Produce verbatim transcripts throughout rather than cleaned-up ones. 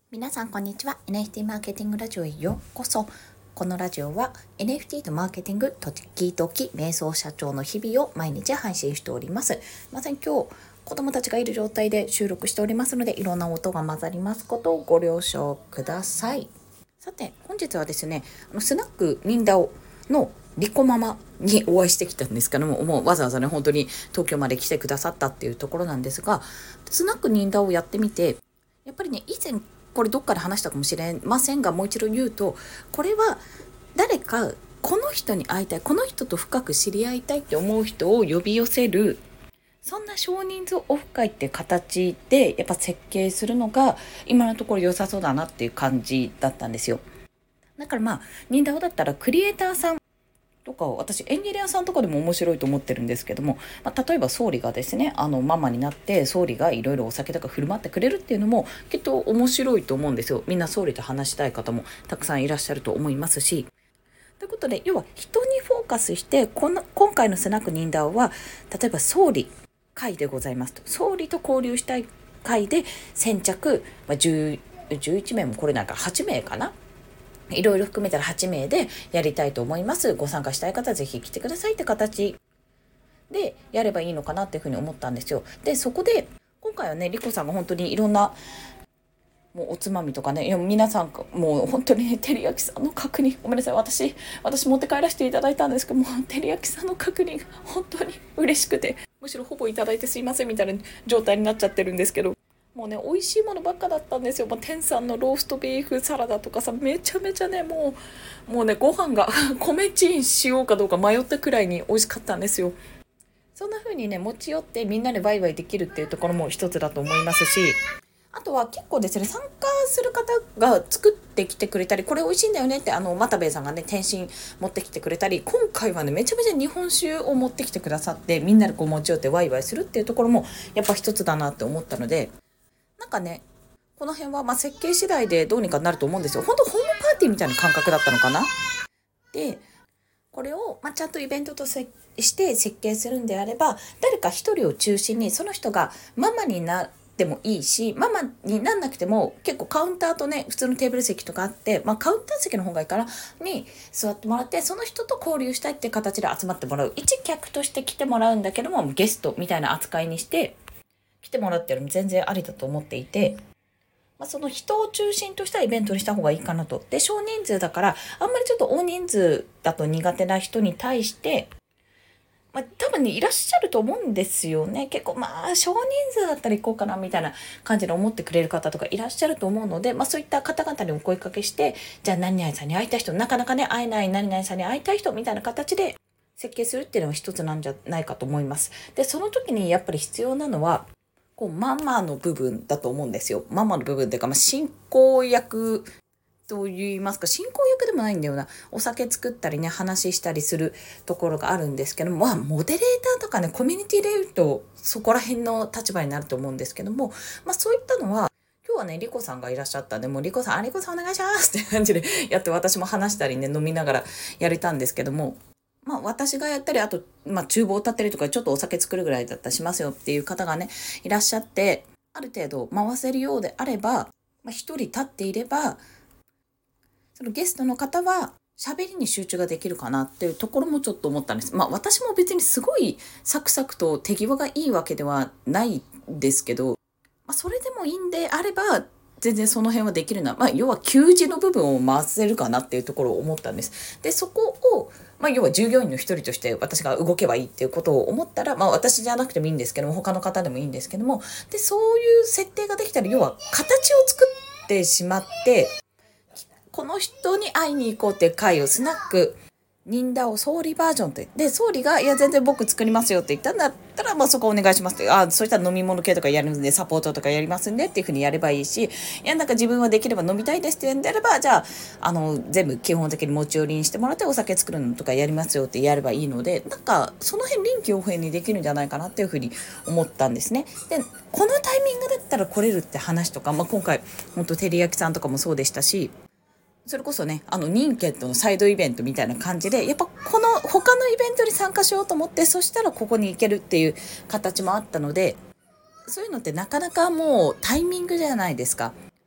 皆さんこんにちは。 エヌエフティー マーケティングラジオへようこそ。このラジオは エヌエフティー とマーケティング時々瞑想社長の日々を毎日配信しております。まさに今日子供たちがいる状態で収録しておりますので、いろんな音が混ざりますことをご了承ください。さて本日はですね、あのスナックニンダオのリコママにお会いしてきたんですけども、もうわざわざね本当に東京まで来てくださったっていうところなんですが、スナックニンダオをやってみて、やっぱりね、以前これどっかで話したかもしれませんが、もう一度言うと、これは誰かこの人に会いたい、この人と深く知り合いたいって思う人を呼び寄せる、そんな少人数オフ会って形でやっぱ設計するのが今のところ良さそうだなっていう感じだったんですよ。だからまあニンダオだったらクリエイターさんとかを、私エンジニアさんとかでも面白いと思ってるんですけども、まあ、例えば総理がですね、あのママになって総理がいろいろお酒とか振る舞ってくれるっていうのもきっと面白いと思うんですよ。みんな総理と話したい方もたくさんいらっしゃると思いますし、ということで、要は人にフォーカスして、この今回のスナックニンダオは例えば総理会でございますと、総理と交流したい会で先着、まあ、じゅう、じゅういちめいもこれなんかはちめいかな、いろいろ含めたらはちめいでやりたいと思います。ご参加したい方はぜひ来てくださいって形でやればいいのかなっていうふうに思ったんですよ。で、そこで今回はね、リコさんが本当にいろんなもうおつまみとかね、いや皆さんもう本当にね、照り焼きさんの角煮、ごめんなさい、私私持って帰らせていただいたんですけども、照り焼きさんの角煮が本当に嬉しくて、むしろほぼいただいてすいませんみたいな状態になっちゃってるんですけど、もうね美味しいものばっかだったんですよ。もう天さんのローストビーフサラダとかさ、めちゃめちゃね、もうもうね、ご飯が米チンしようかどうか迷ったくらいに美味しかったんですよ。そんな風にね、持ち寄ってみんなでワイワイできるっていうところも一つだと思いますし、あとは結構ですね、参加する方が作ってきてくれたり、これ美味しいんだよねって、あの又兵衛さんがね天津持ってきてくれたり、今回はねめちゃめちゃ日本酒を持ってきてくださって、みんなでこう持ち寄ってワイワイするっていうところもやっぱ一つだなって思ったので、なんかね、この辺はまあ設計次第でどうにかなると思うんですよ。本当ホームパーティーみたいな感覚だったのかな。で、これをまあちゃんとイベントとせして設計するんであれば、誰か一人を中心に、その人がママになってもいいし、ママになんなくても結構カウンターとね、普通のテーブル席とかあって、まあカウンター席の方がいいからに座ってもらって、その人と交流したいっていう形で集まってもらう、一客として来てもらうんだけどもゲストみたいな扱いにして来てもらってるのも全然ありだと思っていて、まあ、その人を中心としたイベントにした方がいいかなと。で、少人数だから、あんまりちょっと大人数だと苦手な人に対して、まあ、多分ね、いらっしゃると思うんですよね。結構、まあ、少人数だったら行こうかな、みたいな感じで思ってくれる方とかいらっしゃると思うので、まあ、そういった方々にお声かけして、じゃあ、何々さんに会いたい人、なかなかね、会えない何々さんに会いたい人、みたいな形で設計するっていうのが一つなんじゃないかと思います。で、その時にやっぱり必要なのは、こうママの部分だと思うんですよ。ママの部分っていうか、まあ、進行役と言いますか、進行役でもないんだよな。お酒作ったりね、話したりするところがあるんですけども、まあ、モデレーターとかね、コミュニティで言うと、そこら辺の立場になると思うんですけども、まあ、そういったのは、今日はね、リコさんがいらっしゃったんで、もうリコさん、あ、リコさんお願いしますって感じでやって、私も話したりね、飲みながらやれたんですけども、まあ私がやったり、あと、まあ厨房を立ってりとか、ちょっとお酒作るぐらいだったらしますよっていう方がね、いらっしゃって、ある程度回せるようであれば、まあ一人立っていれば、そのゲストの方は喋りに集中ができるかなっていうところもちょっと思ったんです。まあ私も別にすごいサクサクと手際がいいわけではないんですけど、まあそれでもいいんであれば、全然その辺はできるのは、まあ、要は給仕の部分を回せるかなっていうところを思ったんです。で、そこを、まあ、要は従業員の一人として私が動けばいいっていうことを思ったら、まあ、私じゃなくてもいいんですけども、他の方でもいいんですけども、で、そういう設定ができたら、要は形を作ってしまって、この人に会いに行こうっていう会をスナック、ニンダオ総理バージョンって。で、総理が、いや、全然僕作りますよって言ったんだったら、まあそこお願いしますって。あ、そういったら飲み物系とかやるんで、サポートとかやりますんでっていうふうにやればいいし、いや、なんか自分はできれば飲みたいですって言うんであれば、じゃあ、あの、全部基本的に持ち寄りにしてもらってお酒作るのとかやりますよってやればいいので、なんか、その辺臨機応変にできるんじゃないかなっていうふうに思ったんですね。で、このタイミングだったら来れるって話とか、まあ今回、本当照り焼きさんとかもそうでしたし、それこそね、あの、ニンケットのサイドイベントみたいな感じで、やっぱこの他のイベントに参加しようと思って、そしたらここに行けるっていう形もあったので、そういうのってなかなかもうタイミングじゃないですか。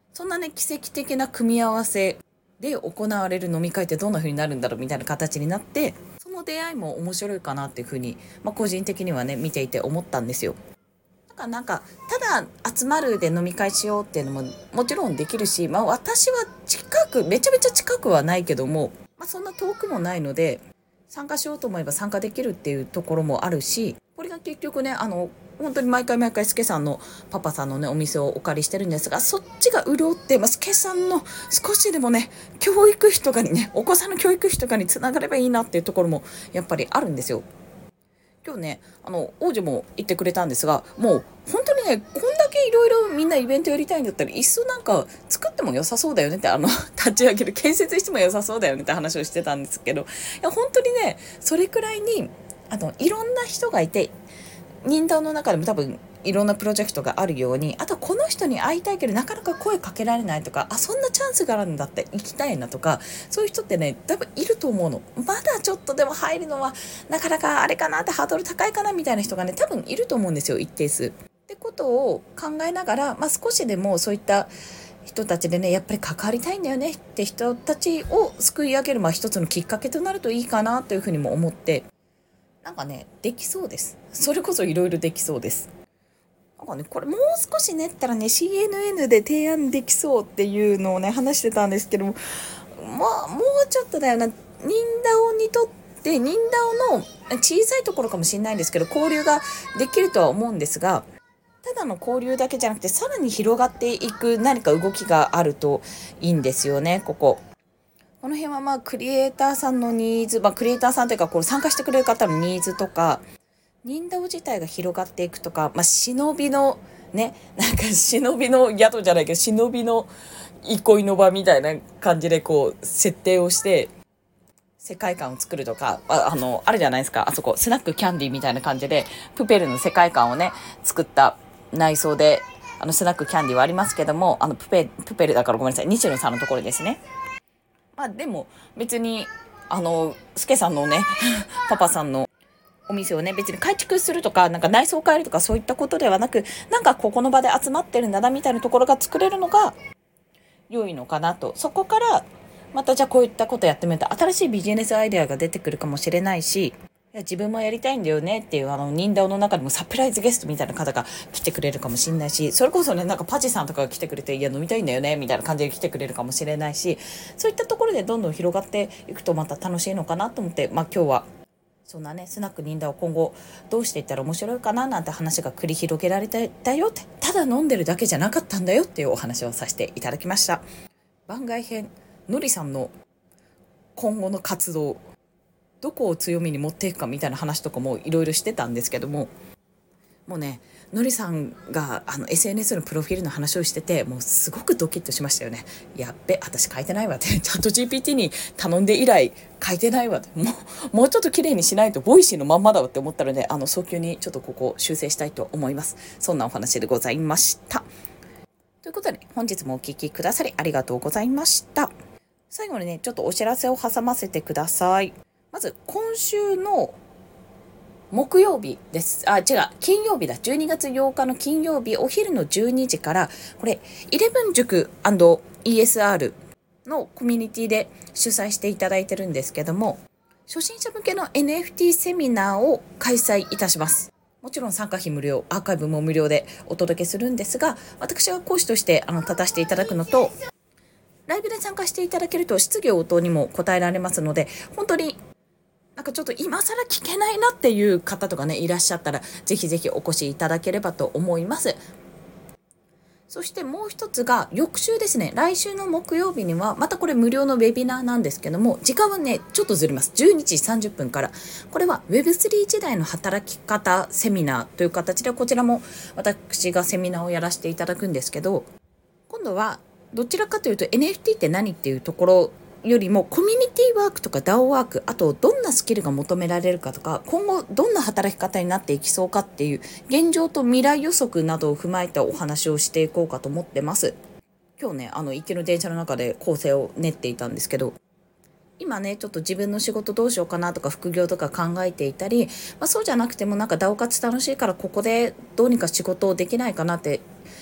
そんなね奇跡的な組み合わせで行われる飲み会ってどんな風になるんだろうみたいな形になって、その出会いも面白いかなっていう風に、まあ、個人的にはね見ていて思ったんですよ。だからなんかただ集まるで飲み会しようっていうのももちろんできるし、まあ、私は近くめちゃめちゃ近くはないけども、まあ、そんな遠くもないので参加しようと思えば参加できるっていうところもあるし、これが結局ねあの本当に毎回毎回スケさんのパパさんのねお店をお借りしてるんですが、そっちが潤って、まあ、スケさんの少しでもね教育費とかにねお子さんの教育費とかにつながればいいなっていうところもやっぱりあるんですよ。今日ねあの王女も言ってくれたんですが、もう本当にねこんだけいろいろみんなイベントやりたいんだったらいっそなんか作っても良さそうだよねって、あの立ち上げる建設しても良さそうだよねって話をしてたんですけど、いや本当にねそれくらいにあのいろんな人がいて、忍道の中でも多分いろんなプロジェクトがあるように、あとこの人に会いたいけどなかなか声かけられないとか、あそんなチャンスがあるんだって行きたいなとか、そういう人ってね多分いると思うの。まだちょっとでも入るのはなかなかあれかなって、ハードル高いかなみたいな人がね多分いると思うんですよ、一定数。ってことを考えながら、まあ、少しでもそういった人たちでねやっぱり関わりたいんだよねって人たちを救い上げる、まあ、一つのきっかけとなるといいかなというふうにも思って、なんかねできそうです。それこそいろいろできそうです。なんかねこれもう少し練ったらね シーエヌエヌ で提案できそうっていうのをね話してたんですけども、まあもうちょっとだよな。忍ダオにとって忍ダオの小さいところかもしれないんですけど交流ができるとは思うんですが、ただの交流だけじゃなくてさらに広がっていく何か動きがあるといいんですよね。こここの辺はまあクリエイターさんのニーズ、まあ、クリエイターさんというかこう参加してくれる方のニーズとか、忍ダオ自体が広がっていくとか、まあ、忍びのねなんか忍びの宿じゃないけど忍びの憩いの場みたいな感じでこう設定をして世界観を作るとか、あ、あのあるじゃないですか、あそこスナックキャンディーみたいな感じでプペルの世界観をね作った内装で、あのスナックキャンディーはありますけども、あのプペプペルだからごめんなさい、日野さんのところですね。まあでも別にあのスケさんのねパパさんのお店をね別に改築するとかなんか内装を変えるとかそういったことではなく、なんかここの場で集まってるんだなみたいなところが作れるのが良いのかなと。そこからまたじゃあこういったことやってみると新しいビジネスアイデアが出てくるかもしれないし、いや自分もやりたいんだよねっていう、あの忍ダオの中でもサプライズゲストみたいな方が来てくれるかもしれないし、それこそねなんかパジさんとかが来てくれて、いや飲みたいんだよねみたいな感じで来てくれるかもしれないし、そういったところでどんどん広がっていくとまた楽しいのかなと思って、まあ今日はそんなねスナック忍ダオを今後どうしていったら面白いかななんて話が繰り広げられたよって、ただ飲んでるだけじゃなかったんだよっていうお話をさせていただきました。番外編、のりさんの今後の活動どこを強みに持っていくかみたいな話とかもいろいろしてたんですけども、もうねのりさんがあの エスエヌエス のプロフィールの話をしてて、もうすごくドキッとしましたよね。やっべ私書いてないわってチャット ジーピーティー に頼んで以来書いてないわって、もうもうちょっと綺麗にしないとボイシーのまんまだわって思ったので、あの早急にちょっとここ修正したいと思います。そんなお話でございました。ということで本日もお聞きくださりありがとうございました。最後にねちょっとお知らせを挟ませてください。まず今週の木曜日です。あ、違う、金曜日だ。じゅうにがつようかの金曜日お昼のじゅうにじから、これ、イレブン塾 &イーエスアール のコミュニティで主催していただいてるんですけども、初心者向けの エヌエフティー セミナーを開催いたします。もちろん参加費無料、アーカイブも無料でお届けするんですが、私が講師としてあの立たせていただくのと、ライブで参加していただけると質疑応答にも答えられますので、本当になんかちょっと今更聞けないなっていう方とかねいらっしゃったらぜひぜひお越しいただければと思います。そしてもう一つが翌週ですね、来週の木曜日にはまたこれ無料のウェビナーなんですけども、時間はねちょっとずれます。じゅうにじさんじゅっぷんから、これは ウェブスリー 時代の働き方セミナーという形で、こちらも私がセミナーをやらせていただくんですけど、今度はどちらかというと エヌエフティー って何っていうところよりもコミュニティワークとか ダオ ワーク、あとどんなスキルが求められるかとか、今後どんな働き方になっていきそうかっていう現状と未来予測などを踏まえたお話をしていこうかと思ってます。今日ねあの行きの電車の中で構成を練っていたんですけど、今ねちょっと自分の仕事どうしようかなとか副業とか考えていたり、まあ、そうじゃなくてもなんか ダオ 活楽しいからここでどうにか仕事をできないかなって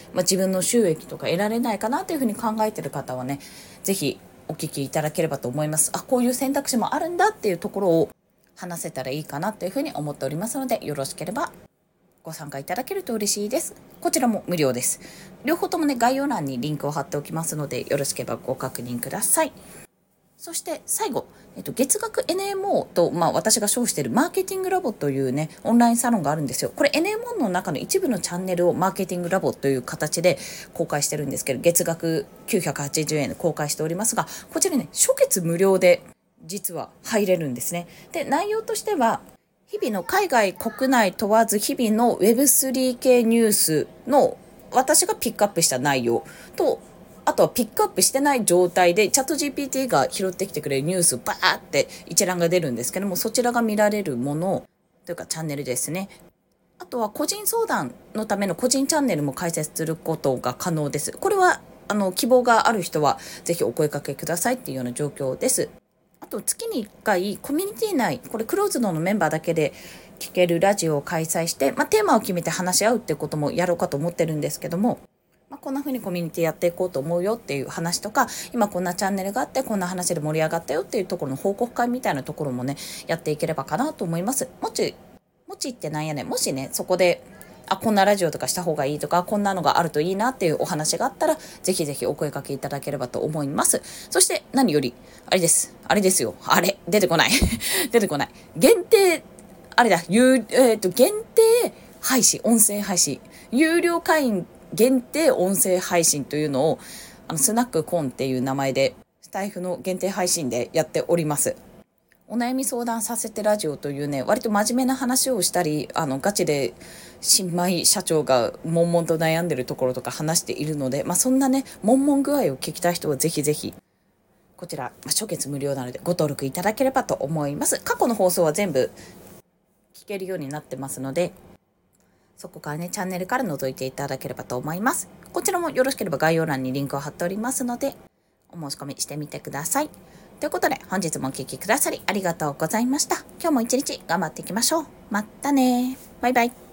まあ、自分の収益とか得られないかなというふうに考えている方はね、ぜひお聞きいただければと思います。あ、こういう選択肢もあるんだっていうところを話せたらいいかなというふうに思っておりますので、よろしければご参加いただけると嬉しいです。こちらも無料です。両方ともね、概要欄にリンクを貼っておきますので、よろしければご確認ください。そして最後、えっと、月額 エヌエムオー と、まあ、私が称しているマーケティングラボというね、オンラインサロンがあるんですよ。これ エヌエムオー の中の一部のチャンネルをマーケティングラボという形で公開してるんですけど、月額きゅうひゃくはちじゅうえんで公開しておりますが、こちらね、初月無料で実は入れるんですね。で、内容としては、日々の海外国内問わず日々の ウェブスリー 系ニュースの私がピックアップした内容と、あとはピックアップしてない状態でチャット ジーピーティー が拾ってきてくれるニュースバーって一覧が出るんですけども、そちらが見られるものというかチャンネルですね。あとは個人相談のための個人チャンネルも開設することが可能です。これはあの希望がある人はぜひお声掛けくださいっていうような状況です。あと月にいっかいコミュニティ内、これクローズドのメンバーだけで聞けるラジオを開催して、まあ、テーマを決めて話し合うっていうこともやろうかと思ってるんですけども、まあ、こんな風にコミュニティやっていこうと思うよっていう話とか、今こんなチャンネルがあってこんな話で盛り上がったよっていうところの報告会みたいなところもね、やっていければかなと思います。もちもちってなんやねん、もしねそこであこんなラジオとかした方がいいとか、こんなのがあるといいなっていうお話があったら、ぜひぜひお声掛けいただければと思います。そして何よりあれですあれですよあれ出てこない出てこない限定あれだ有えっと限定配信、音声配信、有料会員限定音声配信というのを、あのスナックコンっていう名前でスタイフの限定配信でやっております。お悩み相談させてラジオというね、割と真面目な話をしたり、あのガチで新米社長が悶々と悩んでるところとか話しているので、まあ、そんなね悶々具合を聞きたい人はぜひぜひこちら、まあ、初月無料なのでご登録いただければと思います。過去の放送は全部聞けるようになってますので、そこからねチャンネルから覗いていただければと思います。こちらもよろしければ概要欄にリンクを貼っておりますので、お申し込みしてみてください。ということで本日もお聞きくださりありがとうございました。今日も一日頑張っていきましょう。またね。バイバイ。